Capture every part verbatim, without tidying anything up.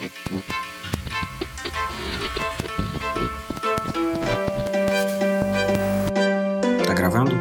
Tá gravando?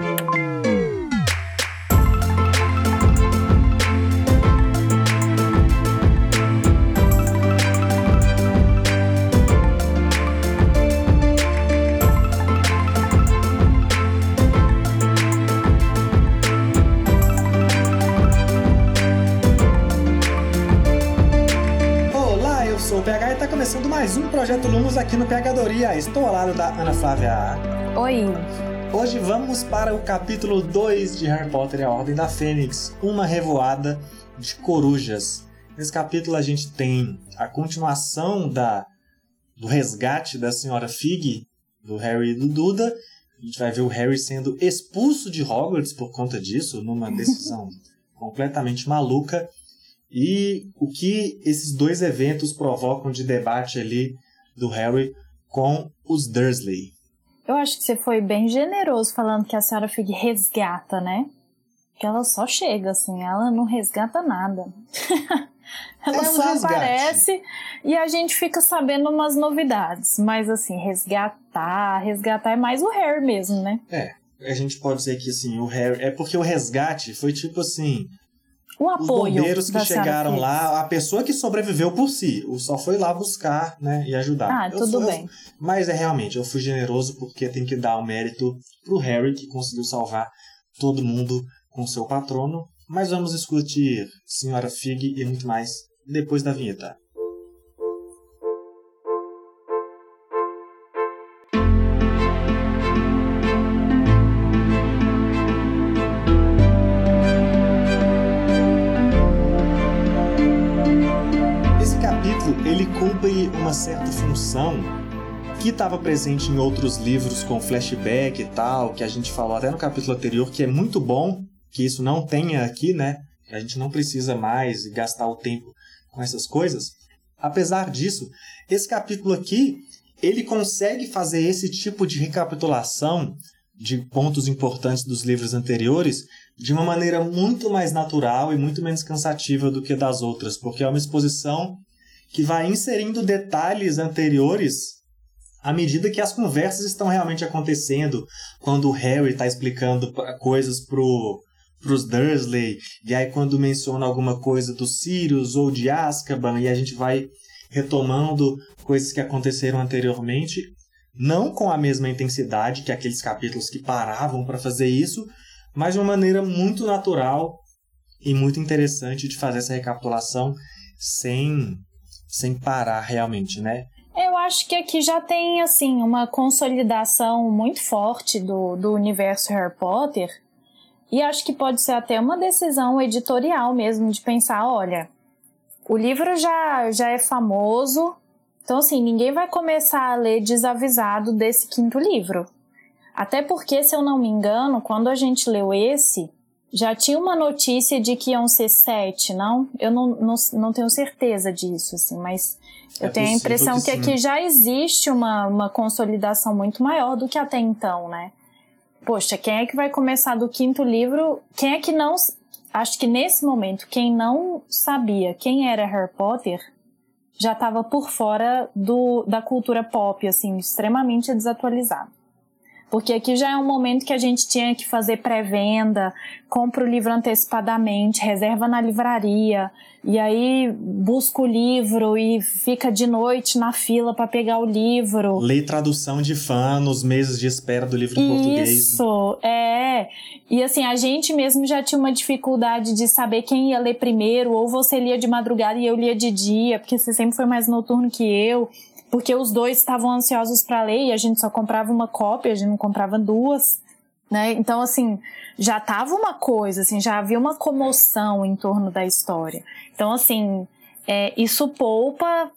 Sou o P H e está começando mais um Projeto Lumos aqui no Pegadoria. Estou ao lado da Ana Flávia. Oi! Hoje vamos para o capítulo dois de Harry Potter e a Ordem da Fênix, Uma Revoada de Corujas. Nesse capítulo a gente tem a continuação da, do resgate da Senhora Fig, do Harry e do Duda. A gente vai ver o Harry sendo expulso de Hogwarts por conta disso, numa decisão completamente maluca. E o que esses dois eventos provocam de debate ali do Harry com os Dursley. Eu acho que você foi bem generoso falando que a Senhora Fig resgata, né? Que ela só chega, assim, ela não resgata nada. Ela é só aparece e a gente fica sabendo umas novidades. Mas, assim, resgatar, resgatar é mais o Harry mesmo, né? É, a gente pode dizer que, assim, o Harry... É porque o resgate foi tipo assim... O apoio os bombeiros que chegaram lá, a pessoa que sobreviveu por si, só foi lá buscar, né, e ajudar. Ah, eu tudo fui, bem. Eu, mas é realmente, eu fui generoso porque tem que dar o mérito pro Harry, que conseguiu salvar todo mundo com seu patrono. Mas vamos discutir Senhora Fig e muito mais depois da vinheta. Ele cumpre uma certa função que estava presente em outros livros com flashback e tal, que a gente falou até no capítulo anterior, que é muito bom que isso não tenha aqui, né? A gente não precisa mais gastar o tempo com essas coisas. Apesar disso, esse capítulo aqui, ele consegue fazer esse tipo de recapitulação de pontos importantes dos livros anteriores de uma maneira muito mais natural e muito menos cansativa do que das outras, porque é uma exposição que vai inserindo detalhes anteriores à medida que as conversas estão realmente acontecendo, quando o Harry está explicando coisas pro, pros Dursley, e aí quando menciona alguma coisa do Sirius ou de Azkaban, e a gente vai retomando coisas que aconteceram anteriormente, não com a mesma intensidade que aqueles capítulos que paravam para fazer isso, mas de uma maneira muito natural e muito interessante de fazer essa recapitulação sem... sem parar realmente, né? Eu acho que aqui já tem, assim, uma consolidação muito forte do, do universo Harry Potter, e acho que pode ser até uma decisão editorial mesmo, de pensar, olha, o livro já, já é famoso, então, assim, ninguém vai começar a ler desavisado desse quinto livro. Até porque, se eu não me engano, quando a gente leu esse... já tinha uma notícia de que iam ser sete, não? Eu não, não, não tenho certeza disso, assim, mas eu é tenho a impressão que, que aqui já existe uma, uma consolidação muito maior do que até então, né? Poxa, quem é que vai começar do quinto livro? Quem é que não... Acho que nesse momento, quem não sabia quem era Harry Potter já estava por fora do, da cultura pop, assim, extremamente desatualizado. Porque aqui já é um momento que a gente tinha que fazer pré-venda, compra o livro antecipadamente, reserva na livraria, e aí busca o livro e fica de noite na fila para pegar o livro. Lê tradução de fã nos meses de espera do livro em Isso, português. Isso, é. E assim, a gente mesmo já tinha uma dificuldade de saber quem ia ler primeiro, ou você lia de madrugada e eu lia de dia, porque você sempre foi mais noturno que eu. Porque os dois estavam ansiosos para ler e a gente só comprava uma cópia, a gente não comprava duas, né? Então, assim, já tava uma coisa, assim, já havia uma comoção em torno da história. Então, assim, é, isso poupa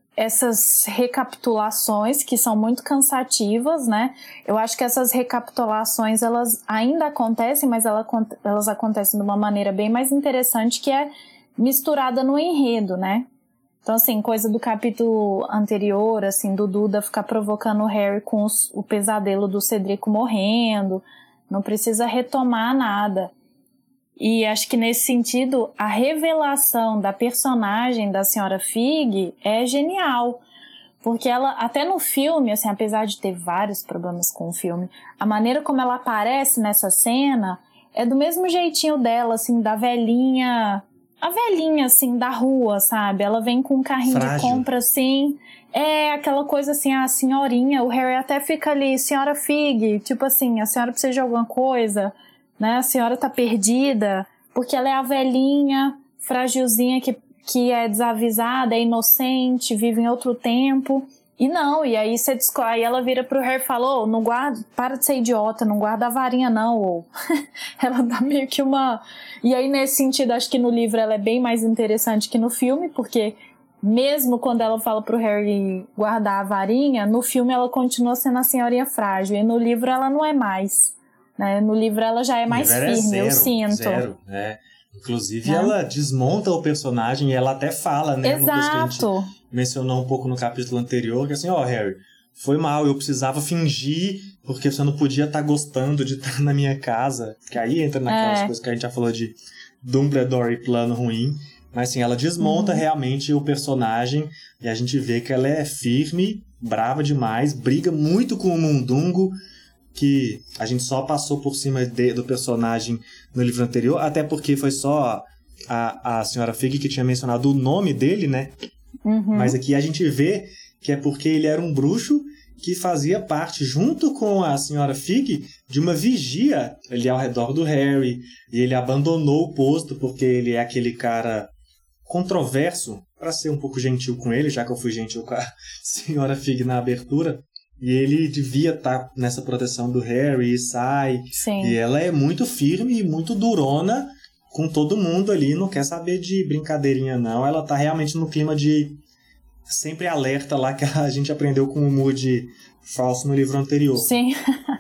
essas recapitulações que são muito cansativas, né? Eu acho que essas recapitulações, elas ainda acontecem, mas elas, elas acontecem de uma maneira bem mais interessante, que é misturada no enredo, né? Então, assim, coisa do capítulo anterior, assim, do Duda ficar provocando o Harry com os, o pesadelo do Cedrico morrendo, não precisa retomar nada. E acho que nesse sentido, a revelação da personagem da senhora Fig é genial. Porque ela, até no filme, assim, apesar de ter vários problemas com o filme, a maneira como ela aparece nessa cena é do mesmo jeitinho dela, assim, da velhinha... A velhinha, assim, da rua, sabe? Ela vem com um carrinho Frágil. de compra, assim... É aquela coisa assim, a senhorinha, o Harry até fica ali, senhora Fig, tipo assim, a senhora precisa de alguma coisa, né? A senhora tá perdida, porque ela é a velhinha, fragilzinha, que, que é desavisada, é inocente, vive em outro tempo. E não, e aí você descobre, aí ela vira pro Harry e fala, ô, não guarda, para de ser idiota, não guarda a varinha não, ou ela dá meio que uma... E aí nesse sentido, acho que no livro ela é bem mais interessante que no filme, porque mesmo quando ela fala pro Harry guardar a varinha, no filme ela continua sendo a senhorinha frágil, e no livro ela não é mais, né? No livro ela já é mais firme, é zero, eu sinto. Zero, né? Inclusive, é. ela desmonta o personagem e ela até fala, né? Exato. No que a gente mencionou um pouco no capítulo anterior, que assim, ó, oh, Harry, foi mal, eu precisava fingir, porque você não podia estar tá gostando de estar tá na minha casa, que aí entra naquelas é. coisas que a gente já falou de Dumbledore e plano ruim, mas assim, ela desmonta uhum. realmente o personagem e a gente vê que ela é firme, brava demais, briga muito com o Mundungo, que a gente só passou por cima de, do personagem no livro anterior, até porque foi só a, a senhora Fig que tinha mencionado o nome dele, né? Uhum. Mas aqui a gente vê que é porque ele era um bruxo que fazia parte, junto com a senhora Fig, de uma vigia ali ao redor do Harry, e ele abandonou o posto porque ele é aquele cara controverso, para ser um pouco gentil com ele, já que eu fui gentil com a senhora Fig na abertura. E ele devia estar nessa proteção do Harry e sai. Sim. E ela é muito firme e muito durona com todo mundo ali. Não quer saber de brincadeirinha, não. Ela tá realmente no clima de sempre alerta lá que a gente aprendeu com o Moody falso no livro anterior. Sim.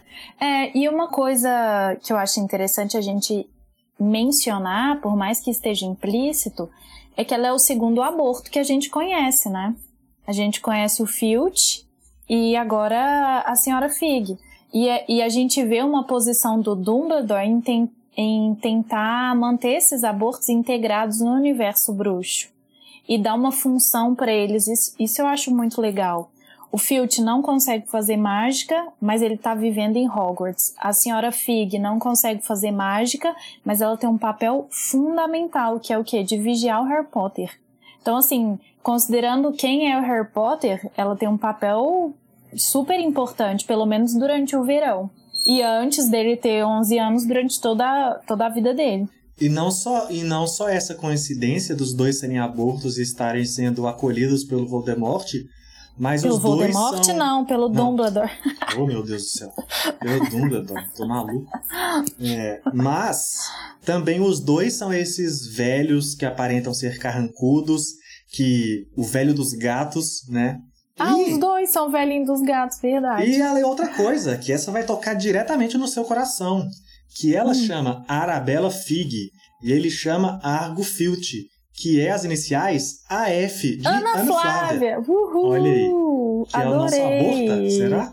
É, e uma coisa que eu acho interessante a gente mencionar, por mais que esteja implícito, é que ela é o segundo aborto que a gente conhece, né? A gente conhece o Filch e agora a senhora Fig. E, e a gente vê uma posição do Dumbledore em, ten, em tentar manter esses abortos integrados no universo bruxo. E dar uma função para eles. Isso, isso eu acho muito legal. O Filch não consegue fazer mágica, mas ele está vivendo em Hogwarts. A senhora Fig não consegue fazer mágica, mas ela tem um papel fundamental, que é o quê? De vigiar o Harry Potter. Então, assim, considerando quem é o Harry Potter, ela tem um papel super importante, pelo menos durante o verão. E antes dele ter onze anos, durante toda, toda a vida dele. E não, só, e não só essa coincidência dos dois serem abortos e estarem sendo acolhidos pelo Voldemort, mas pelo os dois Voldemort, são... não, pelo não. Dumbledore. Oh, meu Deus do céu. Pelo Dumbledore, tô maluco. É, mas também os dois são esses velhos que aparentam ser carrancudos, que o velho dos gatos, né? Ah, e... os dois são velhinhos dos gatos, verdade. E ela é outra coisa, que essa vai tocar diretamente no seu coração, que ela hum. chama Arabella Fig e ele chama Argo Filch, que é as iniciais A F de Ana, Ana Flávia. Flávia. Uhul, olha aí. Que adorei. é o nosso aborta, será?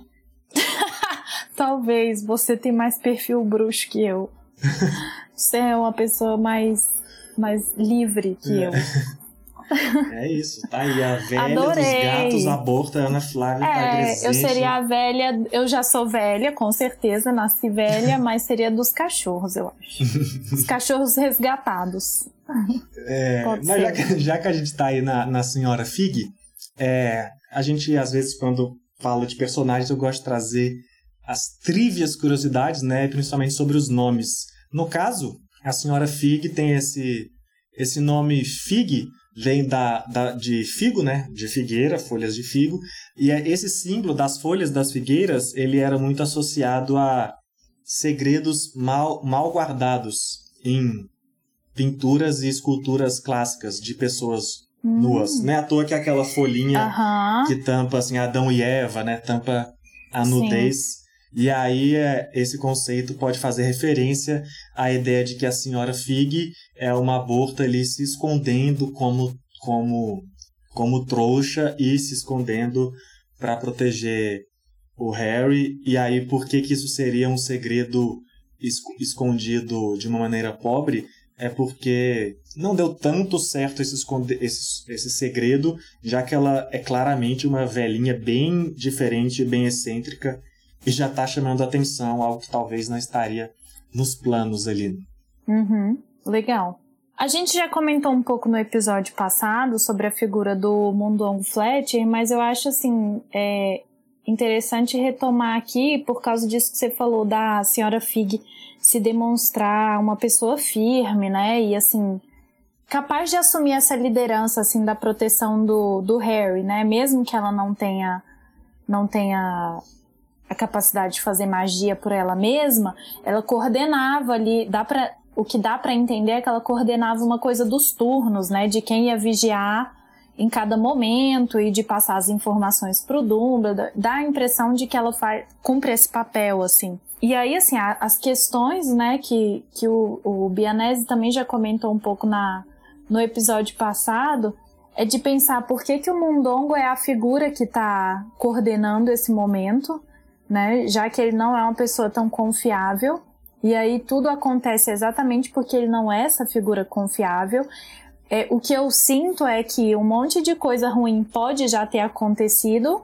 Talvez, você tem mais perfil bruxo que eu. Você é uma pessoa mais, mais livre que é. eu. É isso, tá aí a velha adorei. Dos gatos aborta Ana Flávia. É, eu seria a velha, eu já sou velha, com certeza, nasci velha, mas seria dos cachorros, eu acho. Os cachorros resgatados. É, mas já que, já que a gente tá aí na, na senhora Fig, é, a gente às vezes quando fala de personagens eu gosto de trazer as trívias curiosidades, né, principalmente sobre os nomes. No caso, a senhora Fig tem esse, esse nome Fig, vem da, da, de figo, né? De figueira, folhas de figo. E esse símbolo das folhas das figueiras, ele era muito associado a segredos mal, mal guardados em pinturas e esculturas clássicas de pessoas hum. nuas. Não é à toa que é aquela folhinha uh-huh. que tampa assim, Adão e Eva, né? Tampa a nudez. Sim. E aí esse conceito pode fazer referência à ideia de que a senhora Fig é uma aborta ali se escondendo como, como, como trouxa e se escondendo para proteger o Harry. E aí por que, que isso seria um segredo escondido de uma maneira pobre? é porque não deu tanto certo esse, esconde- esse, esse segredo, já que ela é claramente uma velhinha bem diferente, bem excêntrica, e já tá chamando a atenção, algo que talvez não estaria nos planos ali. Uhum, legal. A gente já comentou um pouco no episódio passado sobre a figura do Mundongo Fletcher, mas eu acho assim, é interessante retomar aqui por causa disso que você falou da senhora Fig se demonstrar uma pessoa firme, né, e assim, capaz de assumir essa liderança assim da proteção do, do Harry, né, mesmo que ela não tenha, não tenha a capacidade de fazer magia por ela mesma, ela coordenava ali, dá pra o que dá para entender é que ela coordenava uma coisa dos turnos, né? De quem ia vigiar em cada momento e de passar as informações pro Dumbledore. Dá a impressão de que ela faz, cumpre esse papel, assim. E aí, assim, a, as questões, né, que, que o, o Bianese também já comentou um pouco na, no episódio passado, é de pensar por que que o Mundongo é a figura que está coordenando esse momento, né? Já que ele não é uma pessoa tão confiável. E aí tudo acontece exatamente porque ele não é essa figura confiável. É, o que eu sinto é que um monte de coisa ruim pode já ter acontecido,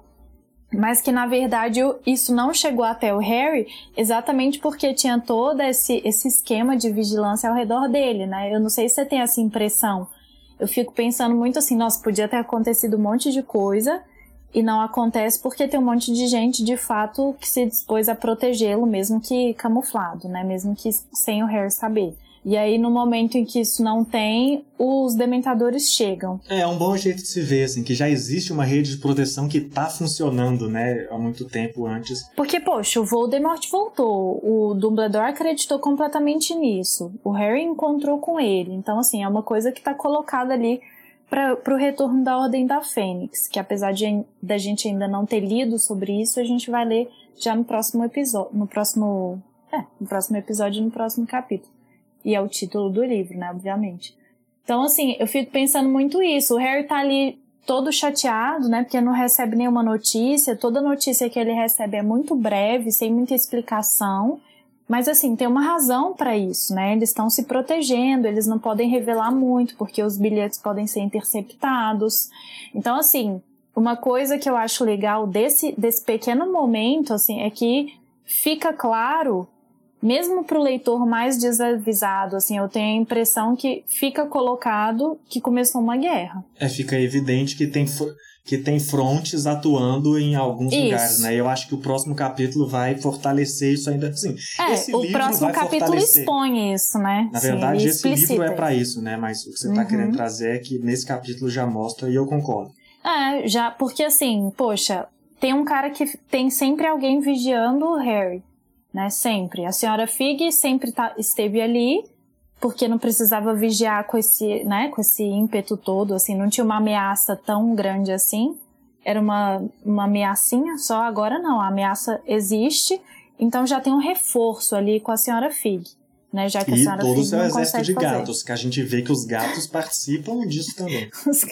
mas que na verdade isso não chegou até o Harry exatamente porque tinha todo esse, esse esquema de vigilância ao redor dele, né? Eu não sei se você tem essa impressão. Eu fico pensando muito assim, nossa, podia ter acontecido um monte de coisa e não acontece porque tem um monte de gente, de fato, que se dispôs a protegê-lo, mesmo que camuflado, né? Mesmo que sem o Harry saber. E aí, no momento em que isso não tem, os dementadores chegam. É, é um bom jeito de se ver, assim, que já existe uma rede de proteção que tá funcionando, né, há muito tempo antes. Porque, poxa, o Voldemort voltou, o Dumbledore acreditou completamente nisso, o Harry encontrou com ele, então, assim, é uma coisa que tá colocada ali para o retorno da Ordem da Fênix, que apesar de da gente ainda não ter lido sobre isso, a gente vai ler já no próximo episódio, no próximo, é, no próximo episódio, no próximo capítulo. E é o título do livro, né, obviamente. Então, assim, eu fico pensando muito isso. O Harry tá ali todo chateado, né, porque não recebe nenhuma notícia. Toda notícia que ele recebe é muito breve, sem muita explicação. Mas, assim, tem uma razão para isso, né? Eles estão se protegendo, eles não podem revelar muito, porque os bilhetes podem ser interceptados. Então, assim, uma coisa que eu acho legal desse, desse pequeno momento, assim, é que fica claro, mesmo para o leitor mais desavisado, assim, eu tenho a impressão que fica colocado que começou uma guerra. É, fica evidente que tem... que tem frontes atuando em alguns isso. lugares, né? Eu acho que o próximo capítulo vai fortalecer isso ainda. Assim, é, esse o livro próximo vai capítulo fortalecer. expõe isso, né? Na Sim, verdade, esse livro é isso. para isso, né? Mas o que você está uhum. querendo trazer é que nesse capítulo já mostra, e eu concordo. É, já, porque assim, poxa, tem um cara que tem sempre alguém vigiando o Harry, né? Sempre. A senhora Fig sempre tá, esteve ali, porque não precisava vigiar com esse, né, com esse ímpeto todo, assim, não tinha uma ameaça tão grande assim, era uma, uma ameaçinha só, agora não, a ameaça existe, então já tem um reforço ali com a senhora Fig, né, já que a e senhora todo o Fig seu não exército consegue de fazer. gatos, que a gente vê que os gatos participam disso também.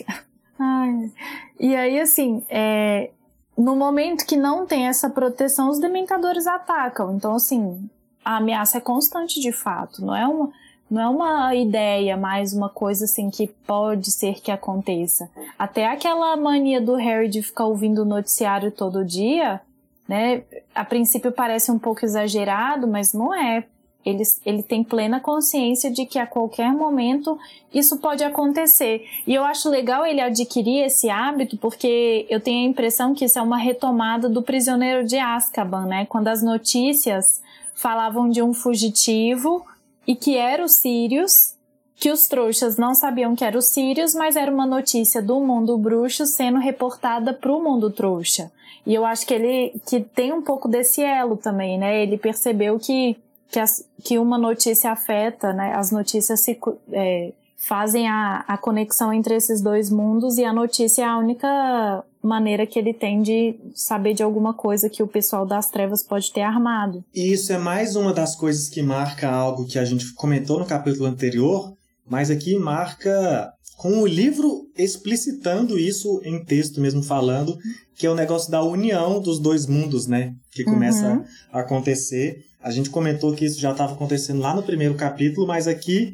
Ai. E aí, assim, é, no momento que não tem essa proteção, os dementadores atacam, então, assim, a ameaça é constante de fato, não é uma... Não é uma ideia, mais uma coisa assim que pode ser que aconteça. Até aquela mania do Harry de ficar ouvindo o noticiário todo dia, né? A princípio parece um pouco exagerado, mas não é. Ele, ele tem plena consciência de que a qualquer momento isso pode acontecer. E eu acho legal ele adquirir esse hábito, porque eu tenho a impressão que isso é uma retomada do Prisioneiro de Azkaban, né? Quando as notícias falavam de um fugitivo e que era o Sirius, que os trouxas não sabiam que era o Sirius, mas era uma notícia do mundo bruxo sendo reportada para o mundo trouxa. E eu acho que ele que tem um pouco desse elo também, né? Ele percebeu que, que, as, que uma notícia afeta, né? As notícias se, é, fazem a, a conexão entre esses dois mundos, e a notícia é a única maneira que ele tem de saber de alguma coisa que o pessoal das trevas pode ter armado. E isso é mais uma das coisas que marca algo que a gente comentou no capítulo anterior, mas aqui marca com o livro explicitando isso em texto mesmo falando, que é o negócio da união dos dois mundos, né? Que começa uhum. a acontecer. A gente comentou que isso já estava acontecendo lá no primeiro capítulo, mas aqui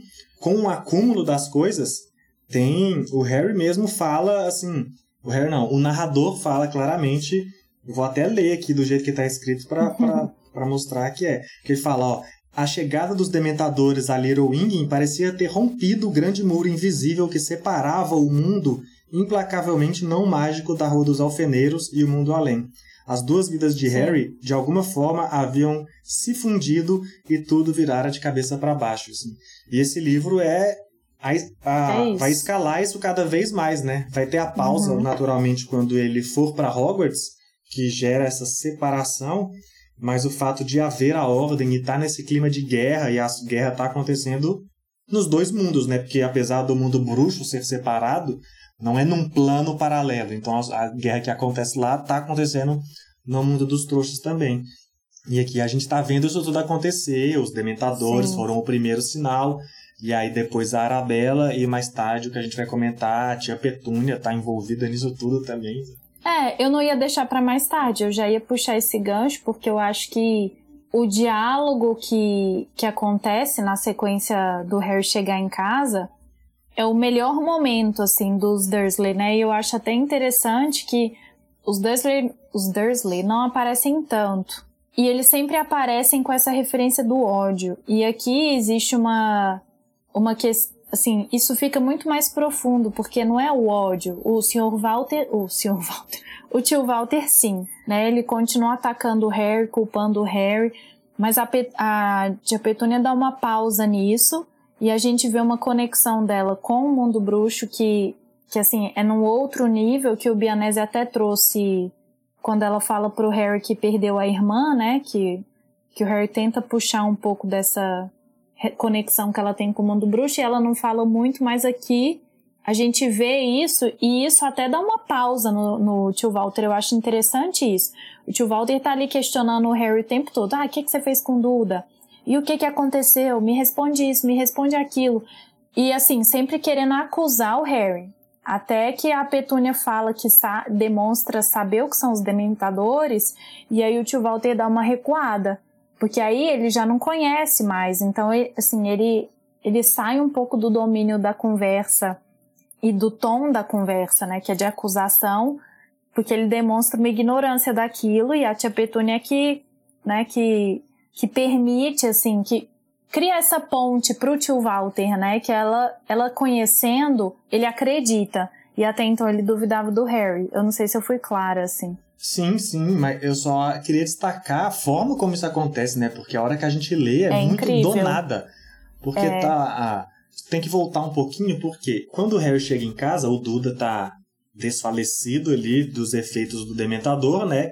com o acúmulo das coisas, tem... O Harry mesmo fala, assim... O Harry não, o narrador fala claramente... Vou até ler aqui do jeito que está escrito para mostrar que é. Que ele fala, ó... A chegada dos Dementadores a Little Winging parecia ter rompido o grande muro invisível que separava o mundo implacavelmente não mágico da Rua dos Alfeneiros e o mundo além. As duas vidas de Sim. Harry, de alguma forma, haviam se fundido e tudo virara de cabeça para baixo. Assim. E esse livro é, a, a, é vai escalar isso cada vez mais, né? Vai ter a pausa, uhum. naturalmente, quando ele for para Hogwarts, que gera essa separação, mas o fato de haver a ordem e estar tá nesse clima de guerra, e a guerra está acontecendo nos dois mundos, né? Porque apesar do mundo bruxo ser separado, não é num plano paralelo. Então a guerra que acontece lá está acontecendo no mundo dos trouxas também. E aqui a gente está vendo isso tudo acontecer. Os Dementadores Sim. foram o primeiro sinal. E aí depois a Arabella e mais tarde o que a gente vai comentar, a tia Petúnia está envolvida nisso tudo também. É, eu não ia deixar para mais tarde. Eu já ia puxar esse gancho porque eu acho que o diálogo que, que acontece na sequência do Harry chegar em casa é o melhor momento, assim, dos Dursley, né? E eu acho até interessante que os Dursley, os Dursley não aparecem tanto. E eles sempre aparecem com essa referência do ódio. E aqui existe uma, uma questão, assim, isso fica muito mais profundo, porque não é o ódio. O senhor Walter, o senhor Walter, o tio Walter sim, né? Ele continua atacando o Harry, culpando o Harry, mas a, Pet, a tia Petúnia dá uma pausa nisso, e a gente vê uma conexão dela com o mundo bruxo que, que assim, é num outro nível, que o Bianese até trouxe quando ela fala pro Harry que perdeu a irmã, né? Que, que o Harry tenta puxar um pouco dessa conexão que ela tem com o mundo bruxo, e ela não fala muito, mas aqui a gente vê isso, e isso até dá uma pausa no, no tio Walter. Eu acho interessante isso. O tio Walter tá ali questionando o Harry o tempo todo. Ah, o que, que você fez com Duda? E o que que aconteceu? Me responde isso, me responde aquilo. E assim, sempre querendo acusar o Harry. Até que a Petúnia fala que sa- demonstra saber o que são os Dementadores, e aí o tio Walter dá uma recuada. Porque aí ele já não conhece mais. Então, ele, assim, ele, ele sai um pouco do domínio da conversa e do tom da conversa, né? Que é de acusação, porque ele demonstra uma ignorância daquilo, e a tia Petúnia que, né, que, que permite, assim, que cria essa ponte pro tio Walter, né? Que ela, ela conhecendo, ele acredita. E até então ele duvidava do Harry. Eu não sei se eu fui clara, assim. Sim, sim, mas eu só queria destacar a forma como isso acontece, né? Porque a hora que a gente lê é, é muito incrível. Do nada. Porque é. tá... Ah, tem que voltar um pouquinho, porque quando o Harry chega em casa, o Duda tá desfalecido ali dos efeitos do Dementador, né?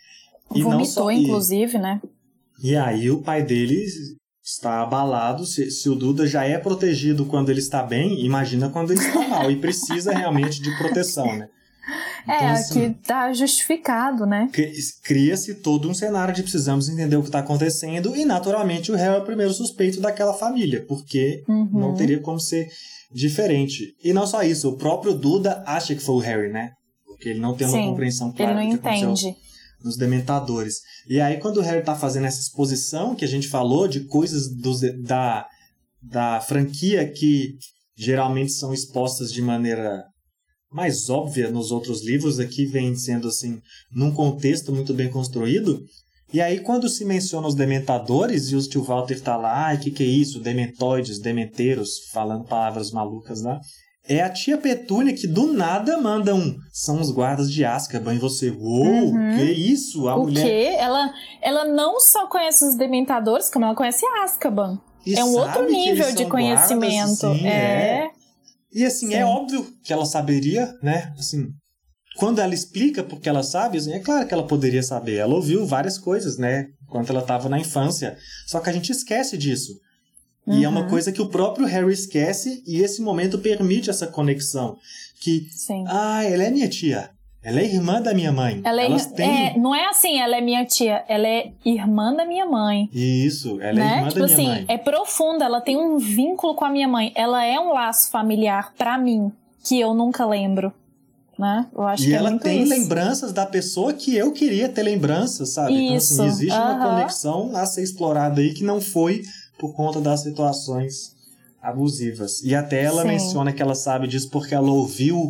E vomitou, não só, inclusive, e, né? E aí o pai dele está abalado. Se, se o Duda já é protegido quando ele está bem, imagina quando ele está mal e precisa realmente de proteção, né? Então, é, assim, aqui tá justificado, né? Cria-se todo um cenário de precisamos entender o que está acontecendo, e naturalmente o Harry é o primeiro suspeito daquela família, porque uhum. não teria como ser diferente. E não só isso, o próprio Duda acha que foi o Harry, né? Porque ele não tem uma Sim, compreensão clara ele não do que entende. aconteceu nos Dementadores. E aí quando o Harry tá fazendo essa exposição que a gente falou de coisas dos, da, da franquia que geralmente são expostas de maneira mais óbvia nos outros livros, aqui vem sendo assim, num contexto muito bem construído. E aí quando se menciona os Dementadores e o tio Walter tá lá, o que que é isso? Dementoides, dementeiros, falando palavras malucas lá. É a tia Petúnia que do nada manda um, são os guardas de Azkaban, e você, uou, uhum. que isso? A o mulher... quê? Ela, ela não só conhece os Dementadores, como ela conhece Azkaban. E é um outro nível de conhecimento. Guardas, sim, é... é... E assim, Sim. é óbvio que ela saberia, né? Assim, quando ela explica porque ela sabe, assim, é claro que ela poderia saber. Ela ouviu várias coisas, né? Enquanto ela estava na infância. Só que a gente esquece disso. Uhum. E é uma coisa que o próprio Harry esquece, e esse momento permite essa conexão. Que, Sim. ah, ela é minha tia. Ela é irmã da minha mãe. Ela é, Elas têm... é, não é assim, ela é minha tia, ela é irmã da minha mãe. Isso, ela né? é irmã tipo da minha assim, mãe. É profunda, ela tem um vínculo com a minha mãe. Ela é um laço familiar pra mim, que eu nunca lembro. Né? Eu acho e que é ela muito tem isso. lembranças da pessoa que eu queria ter lembranças, sabe? Isso. Então, assim, existe uh-huh. uma conexão a ser explorada aí que não foi por conta das situações abusivas. E até ela Sim. menciona que ela sabe disso porque ela ouviu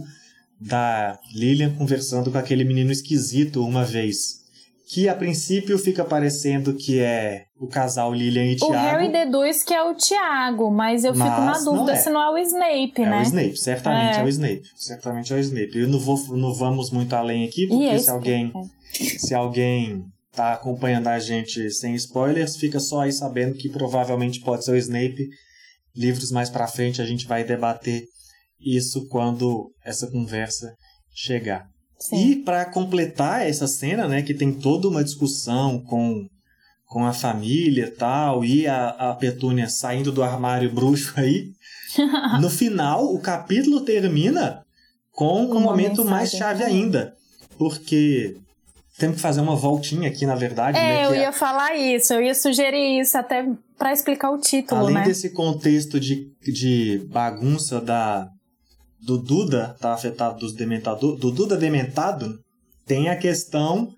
da Lilian conversando com aquele menino esquisito uma vez. Que a princípio fica parecendo que é o casal Lilian e Tiago. O Harry deduz que é o Tiago, mas eu fico Mas na dúvida não é. se não é o Snape, É né? o Snape, certamente é. É. é o Snape. Certamente é o Snape. Eu não, vou, não vamos muito além aqui, porque E é se alguém, se alguém tá acompanhando a gente sem spoilers, fica só aí sabendo que provavelmente pode ser o Snape. Livros mais pra frente a gente vai debater isso quando essa conversa chegar. Sim. E para completar essa cena, né, que tem toda uma discussão com, com a família e tal, e a, a Petúnia saindo do armário bruxo aí, no final o capítulo termina com, com um momento mensagem, mais chave né? ainda, porque temos que fazer uma voltinha aqui, na verdade. É, né, eu que ia a... falar isso, eu ia sugerir isso até para explicar o título, Além né? desse contexto de, de bagunça da... do Duda tá afetado dos dementadores, do Duda dementado, tem a questão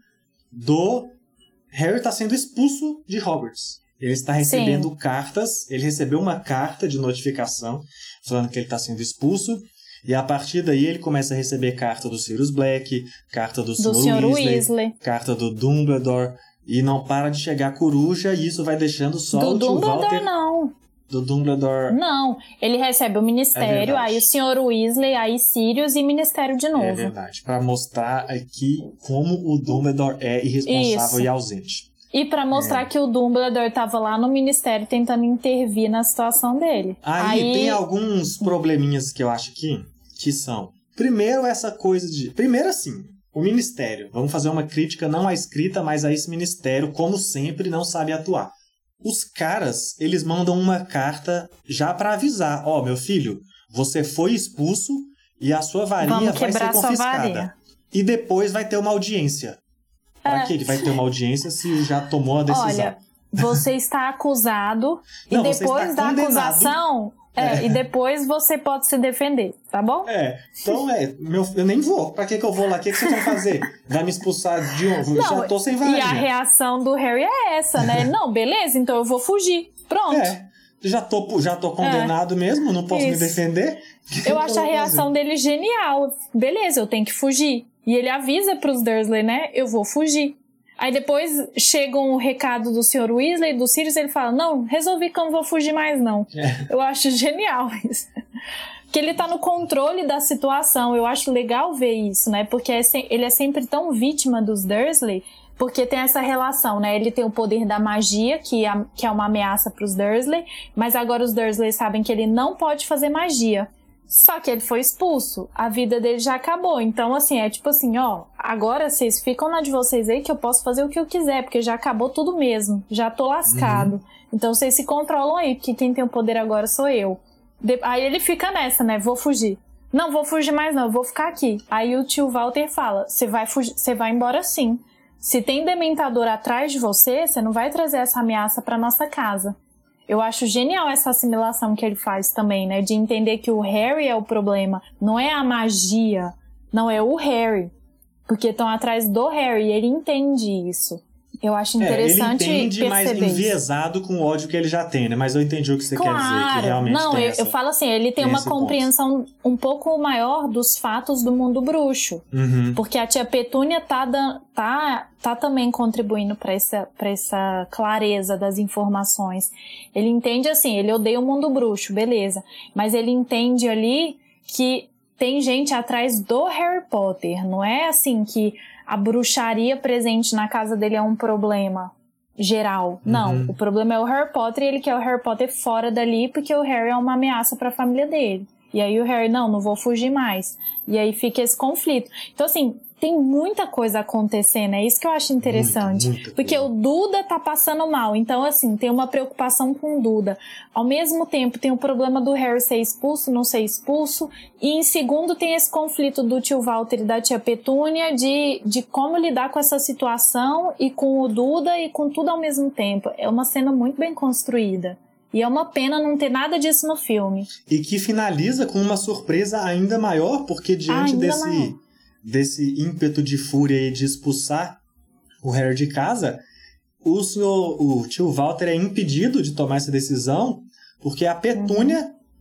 do Harry tá sendo expulso de Hogwarts. Ele está recebendo Sim. cartas, ele recebeu uma carta de notificação falando que ele está sendo expulso, e a partir daí ele começa a receber carta do Sirius Black, carta do, do senhor Weasley, Weasley, carta do Dumbledore, e não para de chegar a coruja, e isso vai deixando só do o tio Dumbledore Walter... não. Do Dumbledore. Não, ele recebe o Ministério, é aí o senhor Weasley, aí Sirius e Ministério de novo. É verdade, para mostrar aqui como o Dumbledore é irresponsável Isso. e ausente. E para mostrar é. que o Dumbledore estava lá no Ministério tentando intervir na situação dele. Aí, aí tem alguns probleminhas que eu acho aqui, que são... Primeiro, essa coisa de... Primeiro, assim, o Ministério. Vamos fazer uma crítica não à escrita, mas a esse Ministério, como sempre, não sabe atuar. Os caras, eles mandam uma carta já pra avisar. Ó, oh, meu filho, você foi expulso e a sua varinha vai ser confiscada. E depois vai ter uma audiência. É. Pra que ele vai ter uma audiência se já tomou a decisão? Olha, você está acusado Não, e depois da condenado. acusação... É, é, e depois você pode se defender, tá bom? É, então é, meu, eu nem vou. Pra que que eu vou lá? O que que vocês vão fazer? Vai me expulsar de um... Não, já tô sem varinha. E a reação do Harry é essa, né? Não, beleza, então eu vou fugir. Pronto. É, já tô, já tô condenado é. mesmo, não posso Isso. me defender. Eu acho a reação fazer? dele genial. Beleza, eu tenho que fugir. E ele avisa pros Dursley, né? Eu vou fugir. Aí depois chega um recado do senhor Weasley, do Sirius, e ele fala, não, resolvi que eu não vou fugir mais, não. É. Eu acho genial isso. Que ele tá no controle da situação. Eu acho legal ver isso, né? Porque é se... ele é sempre tão vítima dos Dursley, porque tem essa relação, né? Ele tem o poder da magia, que é, que é uma ameaça pros Dursley, mas agora os Dursley sabem que ele não pode fazer magia. Só que ele foi expulso, a vida dele já acabou. Então, assim, é tipo assim, ó, agora vocês ficam na de vocês aí que eu posso fazer o que eu quiser, porque já acabou tudo mesmo, já tô lascado. Uhum. Então vocês se controlam aí, porque quem tem o poder agora sou eu. De... Aí ele fica nessa, né, vou fugir. Não, vou fugir mais não, eu vou ficar aqui. Aí o tio Walter fala, você vai fugir, você vai embora sim. Se tem dementador atrás de você, você não vai trazer essa ameaça pra nossa casa. Eu acho genial essa assimilação que ele faz também, né? De entender que o Harry é o problema. Não é a magia. Não, é o Harry. Porque estão atrás do Harry e ele entende isso. Eu acho interessante é, ele entende, perceber mas enviesado com o ódio que ele já tem, né? Mas eu entendi o que você claro. quer dizer. Que realmente Não, tem eu, essa, eu falo assim, ele tem, tem uma compreensão ponto. um pouco maior dos fatos do mundo bruxo. Uhum. Porque a tia Petúnia tá, tá, tá também contribuindo para essa, pra essa clareza das informações. Ele entende assim, ele odeia o mundo bruxo, beleza. Mas ele entende ali que tem gente atrás do Harry Potter. Não é assim que a bruxaria presente na casa dele é um problema geral. Não, uhum. O problema é o Harry Potter e ele quer o Harry Potter fora dali porque o Harry é uma ameaça para a família dele. E aí o Harry, não, não vou fugir mais. E aí fica esse conflito. Então, assim, tem muita coisa acontecendo, é isso que eu acho interessante. Muita, muita porque coisa. O Duda tá passando mal, então assim, tem uma preocupação com o Duda. Ao mesmo tempo tem o problema do Harry ser expulso, não ser expulso, e em segundo tem esse conflito do tio Walter e da tia Petúnia de, de como lidar com essa situação e com o Duda e com tudo ao mesmo tempo. É uma cena muito bem construída. E é uma pena não ter nada disso no filme. E que finaliza com uma surpresa ainda maior, porque diante ainda desse... maior. desse ímpeto de fúria e de expulsar o Harry de casa, o senhor, o tio Walter é impedido de tomar essa decisão porque a Petúnia uhum.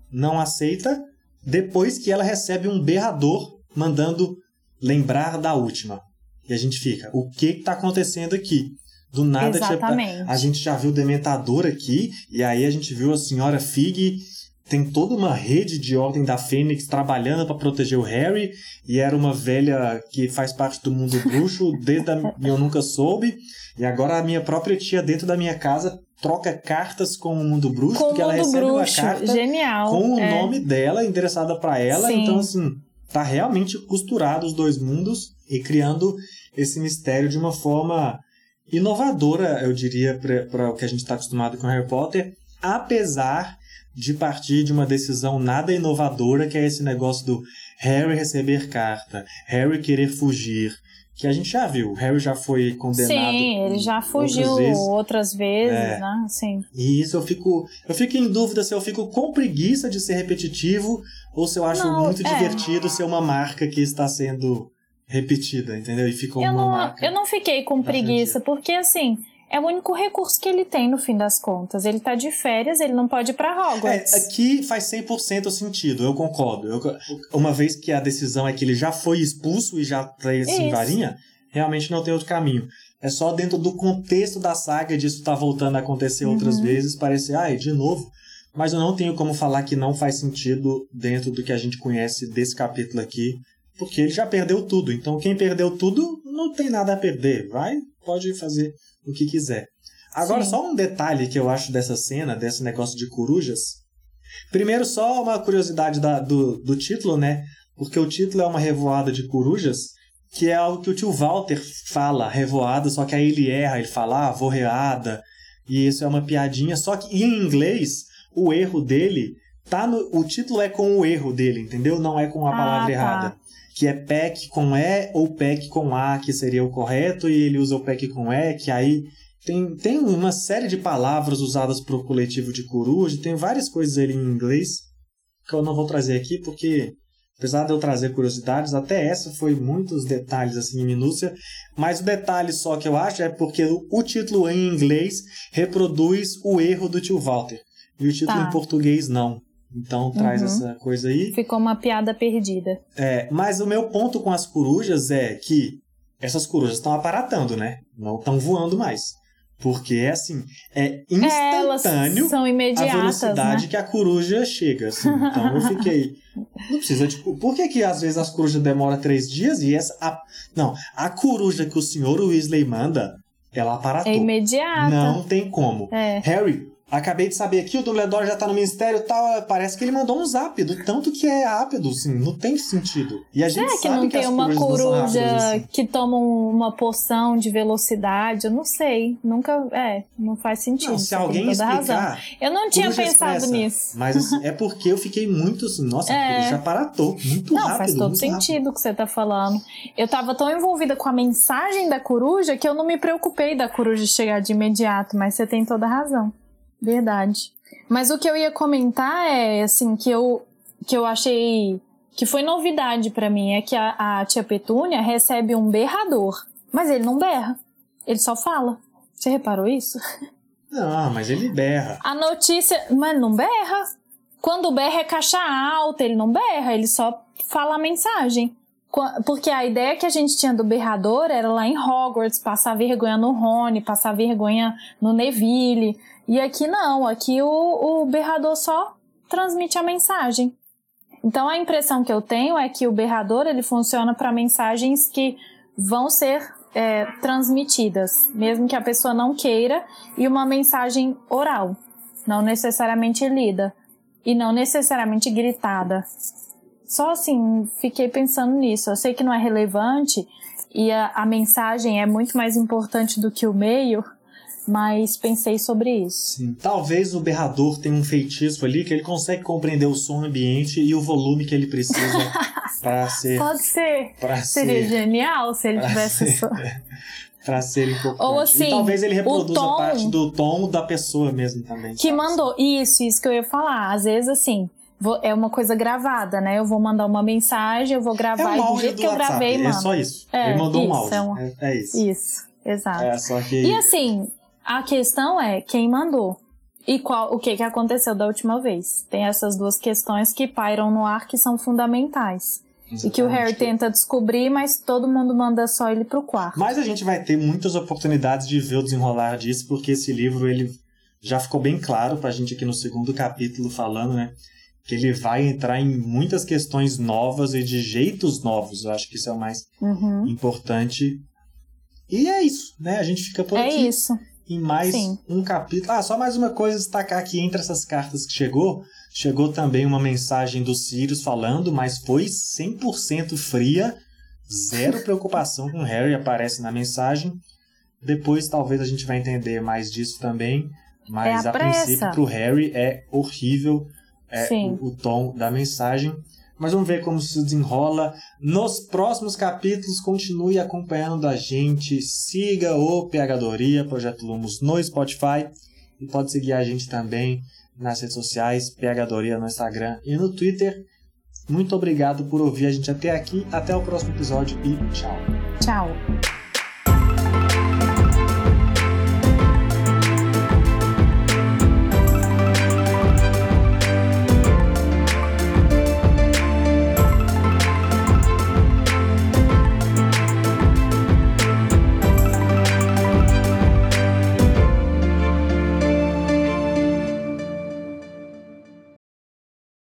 não aceita depois que ela recebe um berrador mandando lembrar da última. E a gente fica, o que está acontecendo aqui? Do nada, Exatamente. Tipo, a gente já viu o Dementador aqui, e aí a gente viu a senhora Fig, tem toda uma rede de Ordem da Fênix trabalhando para proteger o Harry, e era uma velha que faz parte do mundo bruxo, desde a, eu nunca soube, e agora a minha própria tia dentro da minha casa troca cartas com o mundo bruxo, com porque ela recebe bruxo. uma carta Genial. com o é. nome dela, endereçada para ela, Sim. então assim, tá realmente costurado os dois mundos e criando esse mistério de uma forma inovadora, eu diria, para o que a gente está acostumado com Harry Potter, apesar de partir de uma decisão nada inovadora, que é esse negócio do Harry receber carta, Harry querer fugir, que a gente já viu. Harry já foi condenado. Sim, ele já fugiu outras vezes, outras vezes é. né? Sim. E isso eu fico, eu fico em dúvida se eu fico com preguiça de ser repetitivo ou se eu acho Não, muito é. divertido ser uma marca que está sendo repetida, entendeu? E ficou Eu uma não, marca. eu não fiquei com preguiça, porque assim, é o único recurso que ele tem no fim das contas. Ele tá de férias, ele não pode ir pra Hogwarts. É, aqui faz cem por cento sentido, eu concordo. Eu, uma vez que a decisão é que ele já foi expulso e já tá em varinha, realmente não tem outro caminho. É só dentro do contexto da saga disso tá voltando a acontecer Uhum. outras vezes, parecer, ai, de novo. Mas eu não tenho como falar que não faz sentido dentro do que a gente conhece desse capítulo aqui, porque ele já perdeu tudo. Então quem perdeu tudo não tem nada a perder. Vai, pode fazer o que quiser. Agora, Sim. só um detalhe que eu acho dessa cena, desse negócio de corujas. Primeiro, só uma curiosidade da, do, do título, né? Porque o título é uma revoada de corujas, que é algo que o tio Walter fala, revoada, só que aí ele erra, ele fala, ah, vorreada, e isso é uma piadinha, só que em inglês, o erro dele, tá no, o título é com o erro dele, entendeu? Não é com a palavra Ah, tá. errada. Que é P E C com E ou P E C com A, que seria o correto, e ele usa o P E C com E, que aí tem, tem uma série de palavras usadas para o coletivo de coruja, tem várias coisas ali em inglês, que eu não vou trazer aqui, porque apesar de eu trazer curiosidades, até essa foi muitos detalhes assim em minúcia, mas o detalhe só que eu acho é porque o, o título em inglês reproduz o erro do tio Walter, e o título Tá. em português não. Então traz Uhum. essa coisa aí. Ficou uma piada perdida. É, mas o meu ponto com as corujas é que essas corujas estão aparatando, né? Não estão voando mais. Porque é assim, é Elas instantâneo são a imediatas, velocidade né? que a coruja chega. Assim. Então eu fiquei. Não precisa, tipo, por que, que às vezes as corujas demoram três dias e essa. A, não, a coruja que o senhor Weasley manda, ela aparatou. É imediata. Não tem como. É. Harry, acabei de saber aqui, o Dumbledore já tá no ministério e tal, parece que ele mandou um zap, do tanto que é rápido, assim, não tem sentido. E a gente Será que sabe não que tem as uma corujas não são coruja rápidas, assim. que toma uma poção de velocidade? Eu não sei. Nunca. É, não faz sentido. Não, se você tem alguém toda a explicar... razão. Eu não tinha coruja pensado expressa, nisso. Mas assim, é porque eu fiquei muito assim, nossa, É. a coruja aparatou, muito Não, rápido. faz todo muito sentido o que você tá falando. Eu tava tão envolvida com a mensagem da coruja que eu não me preocupei da coruja chegar de imediato, mas você tem toda a razão. Verdade. Mas o que eu ia comentar é, assim, que eu, que eu achei que foi novidade pra mim, é que a, a tia Petúnia recebe um berrador, mas ele não berra, ele só fala. Você reparou isso? Não, mas ele berra. A notícia, mas não berra. Quando berra é caixa alta, ele não berra, ele só fala a mensagem. Porque a ideia que a gente tinha do berrador era lá em Hogwarts, passar vergonha no Rony, passar vergonha no Neville. E aqui não, aqui o, o berrador só transmite a mensagem. Então a impressão que eu tenho é que o berrador ele funciona para mensagens que vão ser é, transmitidas, mesmo que a pessoa não queira, e uma mensagem oral, não necessariamente lida e não necessariamente gritada. Só assim, fiquei pensando nisso. Eu sei que não é relevante e a, a mensagem é muito mais importante do que o meio, mas pensei sobre isso. Sim. Talvez o berrador tenha um feitiço ali que ele consegue compreender o som ambiente e o volume que ele precisa para ser... Pode ser. Pra Seria ser, genial se ele tivesse... ser, Só... Pra ser importante. Ou assim, e talvez ele reproduza tom, parte do tom da pessoa mesmo também. Que sabe? mandou. Isso, isso que eu ia falar. Às vezes, assim... Vou, é uma coisa gravada, né? Eu vou mandar uma mensagem, eu vou gravar é um e do jeito do que eu WhatsApp, gravei, mano. É só isso. É, ele mandou isso, um áudio. É, um... é, é isso. Isso, exato. É, só que... E assim, a questão é quem mandou. E qual, o que, que aconteceu da última vez. Tem essas duas questões que pairam no ar que são fundamentais. Exatamente. E que o Harry tenta descobrir, mas todo mundo manda só ele pro quarto. Mas a gente vai ter muitas oportunidades de ver o desenrolar disso, porque esse livro ele já ficou bem claro pra gente aqui no segundo capítulo falando, né? Que ele vai entrar em muitas questões novas e de jeitos novos. Eu acho que isso é o mais uhum. importante. E é isso, né? A gente fica por é aqui. É isso. Em mais Sim. um capítulo. Ah, só mais uma coisa, destacar aqui entre essas cartas que chegou, chegou também uma mensagem do Sirius falando, mas foi cem por cento fria, zero preocupação com o Harry, aparece na mensagem. Depois talvez a gente vai entender mais disso também, mas é a, a princípio pro Harry é horrível é, o, o tom da mensagem. Mas vamos ver como se desenrola nos próximos capítulos. Continue acompanhando a gente. Siga o PHdoria, Projeto Lumos no Spotify. E pode seguir a gente também nas redes sociais, PHdoria no Instagram e no Twitter. Muito obrigado por ouvir a gente até aqui. Até o próximo episódio e tchau. Tchau.